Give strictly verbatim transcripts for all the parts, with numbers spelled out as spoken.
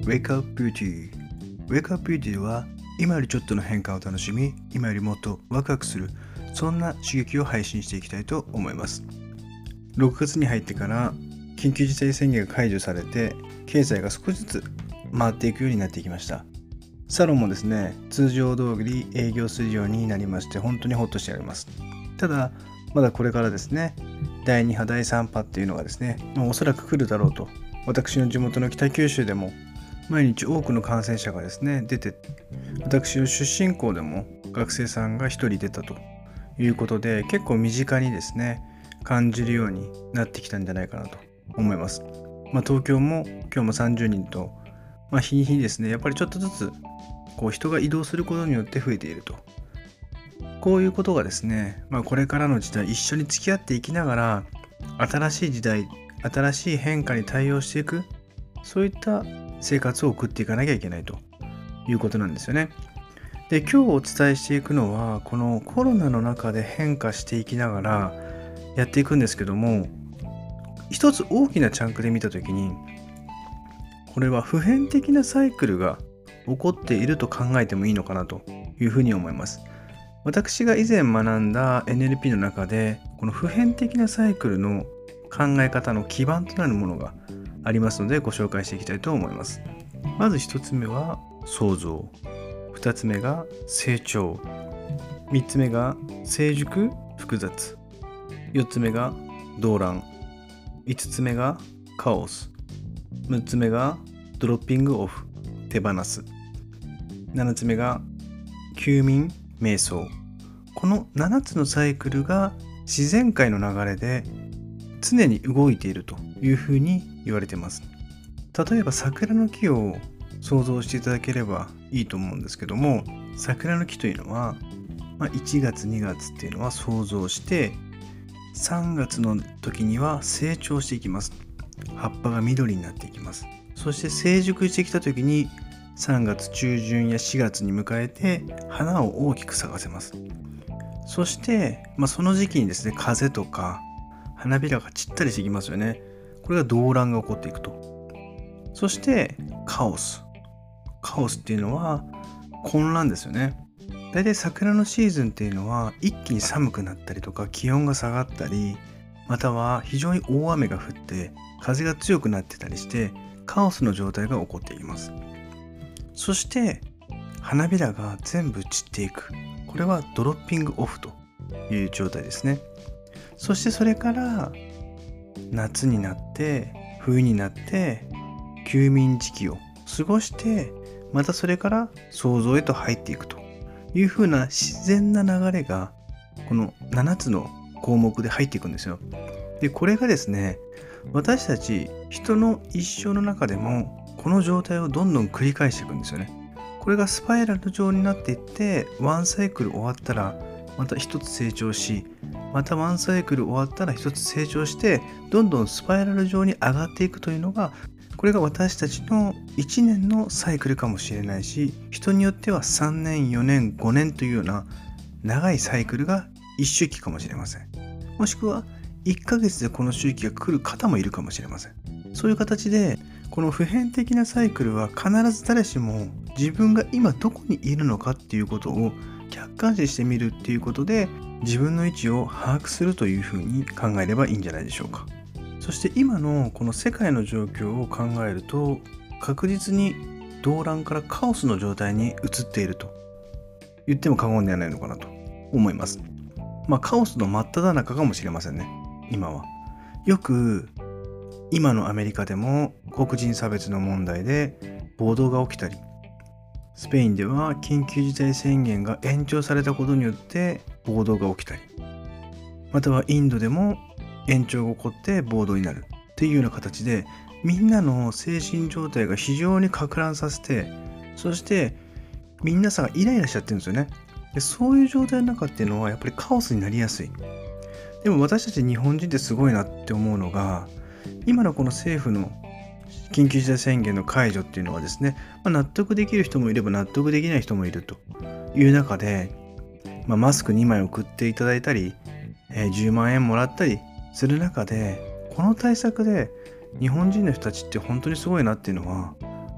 Wake Up Beauty Wake Up Beauty は今よりちょっとの変化を楽しみ、今よりもっとワクワクする、そんな刺激を配信していきたいと思います。ろくがつに入ってから緊急事態宣言が解除されて、経済が少しずつ回っていくようになってきました。サロンもですね、通常通り営業するようになりまして、本当にホッとしております。ただ、まだこれからですね、だいに波、だいさん波っていうのがですね、もうおそらく来るだろうと。私の地元の北九州でも毎日多くの感染者がですね、出て、私の出身校でも学生さんがひとり出たということで、結構身近にですね、感じるようになってきたんじゃないかなと思います。まあ、東京も今日もさんじゅうにんと、まあ、日に日にですね、やっぱりちょっとずつこう人が移動することによって増えていると。こういうことがですね、まあ、これからの時代一緒に付き合っていきながら、新しい時代、新しい変化に対応していく、そういった生活を送っていかなきゃいけないということなんですよね。で、今日お伝えしていくのは、このコロナの中で変化していきながらやっていくんですけども、一つ大きなチャンクで見たときに、これは普遍的なサイクルが起こっていると考えてもいいのかなというふうに思います。私が以前学んだ エヌエルピー の中で、この普遍的なサイクルの考え方の基盤となるものがありますので、ご紹介していきたいと思います。まず一つ目は創造、二つ目が成長、三つ目が成熟複雑、四つ目が動乱、五つ目がカオス、六つ目がドロッピングオフ、手放す、七つ目が休眠瞑想。このななつのサイクルが自然界の流れで常に動いているというふうに言われています。例えば桜の木を想像していただければいいと思うんですけども、桜の木というのは、まあ、いちがつにがつっていうのは想像して、さんがつの時には成長していきます。葉っぱが緑になっていきます。そして成熟してきた時にさんがつ中旬やしがつに迎えて花を大きく咲かせます。そして、まあ、その時期にですね、風とか花びらが散ったりしてきますよね。これが動乱が起こっていくと。そしてカオス。カオスっていうのは混乱ですよね。だいたい桜のシーズンっていうのは一気に寒くなったりとか気温が下がったり、または非常に大雨が降って風が強くなってたりしてカオスの状態が起こっていきます。そして花びらが全部散っていく。これはドロッピングオフという状態ですね。そしてそれから夏になって冬になって休眠時期を過ごして、またそれから創造へと入っていくというふうな自然な流れがこのななつの項目で入っていくんですよ。で、これがですね、私たち人の一生の中でもこの状態をどんどん繰り返していくんですよね。これがスパイラル状になっていって、ワンサイクル終わったらまた一つ成長し、またワンサイクル終わったら一つ成長して、どんどんスパイラル状に上がっていくというのが、これが私たちのいちねんのサイクルかもしれないし、人によってはさんねん、よねん、ごねんというような長いサイクルが一周期かもしれません。もしくはいっかげつでこの周期が来る方もいるかもしれません。そういう形で、この普遍的なサイクルは必ず誰しも自分が今どこにいるのかっていうことを客観視してみるっていうことで、自分の位置を把握するというふうに考えればいいんじゃないでしょうか。そして今のこの世界の状況を考えると、確実に動乱からカオスの状態に移っていると言っても過言ではないのかなと思います。まあカオスの真っ只中かもしれませんね、今は。よく今のアメリカでも黒人差別の問題で暴動が起きたり、スペインでは緊急事態宣言が延長されたことによって暴動が起きたり、またはインドでも延長が起こって暴動になるっていうような形で、みんなの精神状態が非常に撹乱させて、そして皆さんがイライラしちゃってるんですよね。で、そういう状態の中っていうのはやっぱりカオスになりやすい。でも私たち日本人ってすごいなって思うのが、今のこの政府の緊急事態宣言の解除っていうのはですね、まあ、納得できる人もいれば納得できない人もいるという中で、まあ、マスクにまい送っていただいたり、えー、じゅうまんえんもらったりする中で、この対策で日本人の人たちって本当にすごいなっていうのは、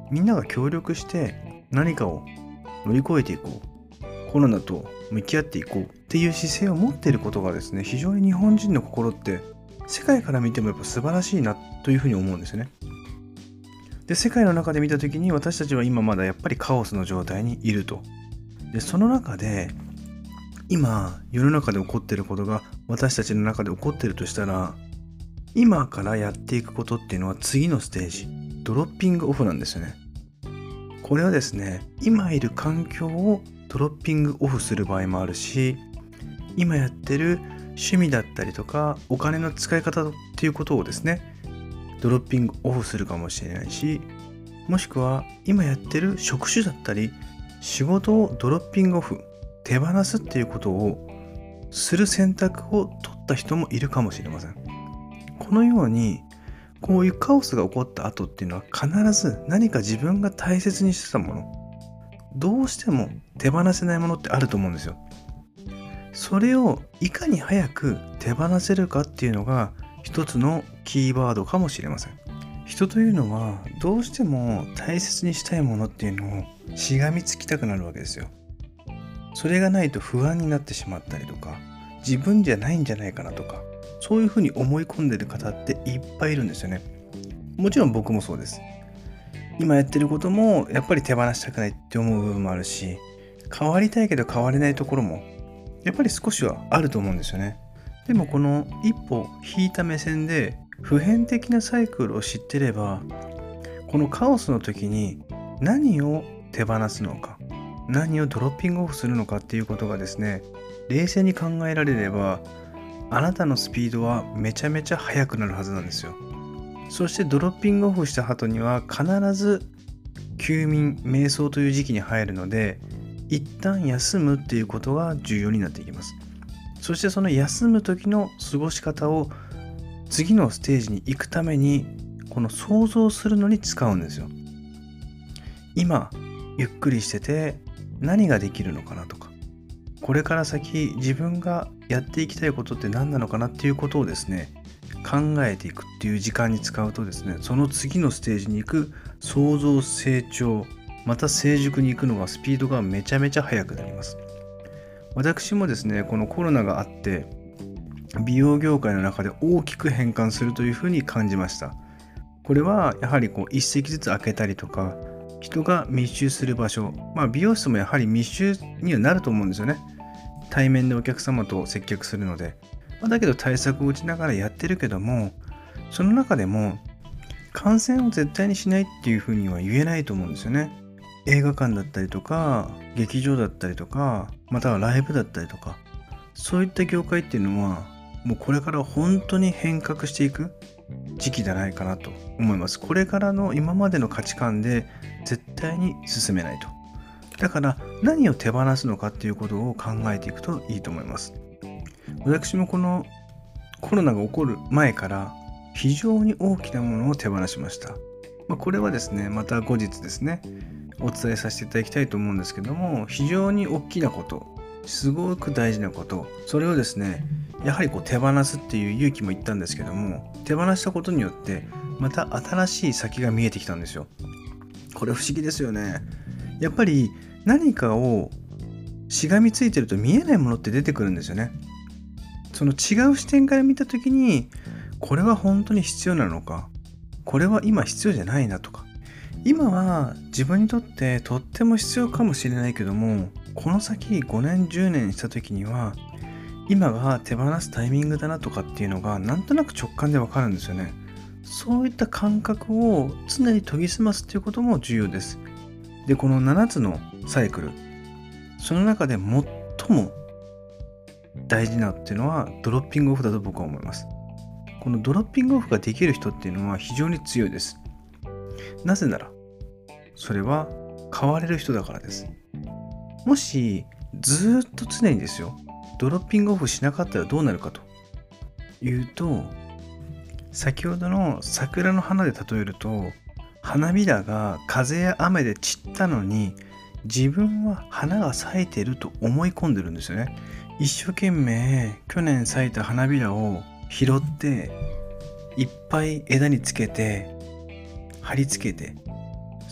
みんなが協力して何かを乗り越えていこう、コロナと向き合っていこうっていう姿勢を持っていることがですね、非常に日本人の心って世界から見てもやっぱ素晴らしいなというふうに思うんですよね。で、世界の中で見た時に私たちは今まだやっぱりカオスの状態にいると。で、その中で今世の中で起こっていることが私たちの中で起こっているとしたら、今からやっていくことっていうのは次のステージ、ドロッピングオフなんですよね。これはですね、今いる環境をドロッピングオフする場合もあるし、今やってる趣味だったりとかお金の使い方っていうことをですね、ドロッピングオフするかもしれないし、もしくは今やってる職種だったり仕事をドロッピングオフ、手放すっていうことをする選択を取った人もいるかもしれません。このようにこういうカオスが起こった後っていうのは必ず何か自分が大切にしてたもの、どうしても手放せないものってあると思うんですよ。それをいかに早く手放せるかっていうのが一つのキーワードかもしれません。人というのはどうしても大切にしたいものっていうのをしがみつきたくなるわけですよ。それがないと不安になってしまったりとか、自分じゃないんじゃないかなとか、そういうふうに思い込んでる方っていっぱいいるんですよね。もちろん僕もそうです。今やってることもやっぱり手放したくないって思う部分もあるし、変わりたいけど変われないところもやっぱり少しはあると思うんですよね。でもこの一歩引いた目線で普遍的なサイクルを知ってれば、このカオスの時に何を手放すのか、何をドロッピングオフするのかっていうことがですね、冷静に考えられれば、あなたのスピードはめちゃめちゃ速くなるはずなんですよ。そしてドロッピングオフした後には必ず休眠、瞑想という時期に入るので、一旦休むっていうことが重要になっていきます。そしてその休む時の過ごし方を次のステージに行くために、この想像するのに使うんですよ。今ゆっくりしてて何ができるのかなとか、これから先自分がやっていきたいことって何なのかなっていうことをですね、考えていくっていう時間に使うとですね、その次のステージに行く創造、成長、また成熟に行くのがスピードがめちゃめちゃ速くなります。私もですね、このコロナがあって美容業界の中で大きく変換するというふうに感じました。これはやはりこう一席ずつ開けたりとか、人が密集する場所、まあ美容室もやはり密集にはなると思うんですよね。対面でお客様と接客するので、まあ、だけど対策を打ちながらやってるけども、その中でも感染を絶対にしないっていうふうには言えないと思うんですよね。映画館だったりとか劇場だったりとか、またはライブだったりとか、そういった業界っていうのはもうこれから本当に変革していく時期じゃないかなと思います。これからの今までの価値観で絶対に進めないと。だから何を手放すのかっていうことを考えていくといいと思います。私もこのコロナが起こる前から非常に大きなものを手放しました。まあ、これはですね、また後日ですね、お伝えさせていただきたいと思うんですけども、非常に大きなこと、すごく大事なこと、それをですね、やはりこう手放すっていう勇気も言ったんですけども、手放したことによってまた新しい先が見えてきたんですよ。これ不思議ですよね。やっぱり何かをしがみついてると見えないものって出てくるんですよね。その違う視点から見た時に、これは本当に必要なのか、これは今必要じゃないなとか、今は自分にとってとっても必要かもしれないけども、この先ごねんじゅうねんした時には今が手放すタイミングだなとかっていうのがなんとなく直感でわかるんですよね。そういった感覚を常に研ぎ澄ますっていうことも重要です。で、このななつのサイクル、その中で最も大事なっていうのはドロッピングオフだと僕は思います。このドロッピングオフができる人っていうのは非常に強いです。なぜならそれは変われる人だからです。もしずっと常にですよ、ドロッピングオフしなかったらどうなるかというと、先ほどの桜の花で例えると、花びらが風や雨で散ったのに自分は花が咲いていると思い込んでるんですよね。一生懸命去年咲いた花びらを拾っていっぱい枝につけて貼り付けて、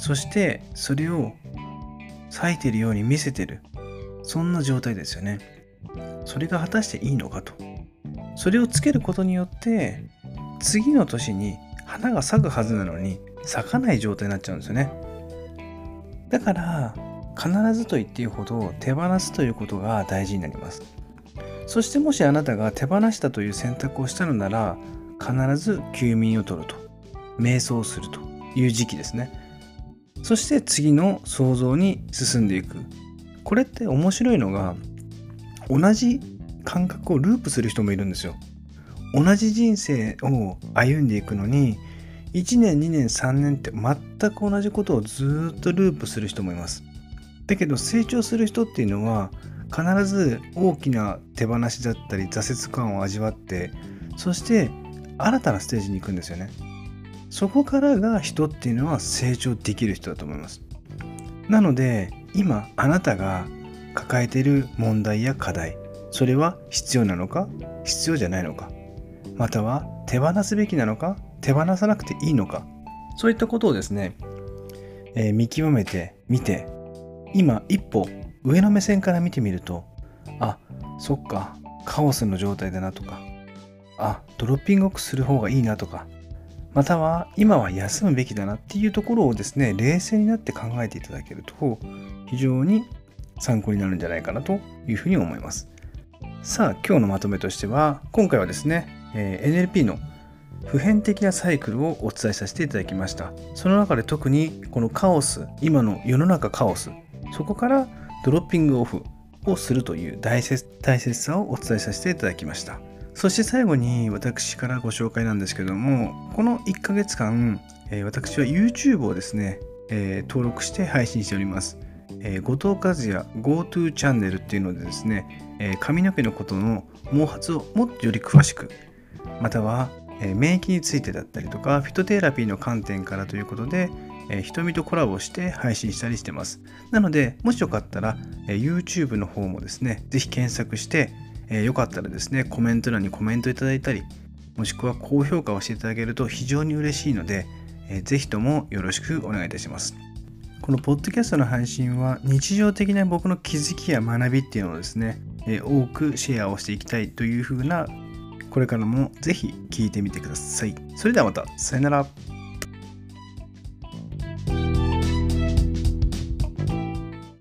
そしてそれを咲いてるように見せてる、そんな状態ですよね。それが果たしていいのかと。それをつけることによって次の年に花が咲くはずなのに咲かない状態になっちゃうんですよね。だから必ずと言っていいほど手放すということが大事になります。そしてもしあなたが手放したという選択をしたのなら、必ず休眠を取ると、瞑想するという時期ですね。そして次の想像に進んでいく。これって面白いのが、同じ感覚をループする人もいるんですよ。同じ人生を歩んでいくのにいちねんにねんさんねんって全く同じことをずっとループする人もいます。だけど成長する人っていうのは必ず大きな手放しだったり挫折感を味わって、そして新たなステージに行くんですよね。そこからが人っていうのは成長できる人だと思います。なので今あなたが抱えている問題や課題、それは必要なのか必要じゃないのか、または手放すべきなのか手放さなくていいのか、そういったことをですね、えー見極めてみて、今一歩上の目線から見てみると、あ、そっか、カオスの状態だなとか、あ、ドロッピングオフする方がいいなとか、または今は休むべきだなっていうところをですね、冷静になって考えていただけると非常に参考になるんじゃないかなというふうに思います。さあ、今日のまとめとしては、今回はですね、えー エヌエルピー の普遍的なサイクルをお伝えさせていただきました。その中で特にこのカオス、今の世の中カオス、そこからドロッピングオフをするという大切、大切さをお伝えさせていただきました。そして最後に私からご紹介なんですけども、このいっかげつかん、えー私は YouTube をですね、えー登録して配信しております。えー後藤和也 GoTo チャンネルっていうのでですね、えー髪の毛のことの毛髪をもっとより詳しく、または、えー免疫についてだったりとかフィトテラピーの観点からということで、えー瞳とコラボして配信したりしてます。なのでもしよかったら、えー YouTube の方もですね、ぜひ検索して、えーよかったらですね、コメント欄にコメントいただいたり、もしくは高評価をしていただけると非常に嬉しいので、えーぜひともよろしくお願いいたします。このポッドキャストの配信は日常的な僕の気づきや学びっていうのをですね、えー多くシェアをしていきたいというふうな、これからもぜひ聞いてみてください。それではまた、さよなら。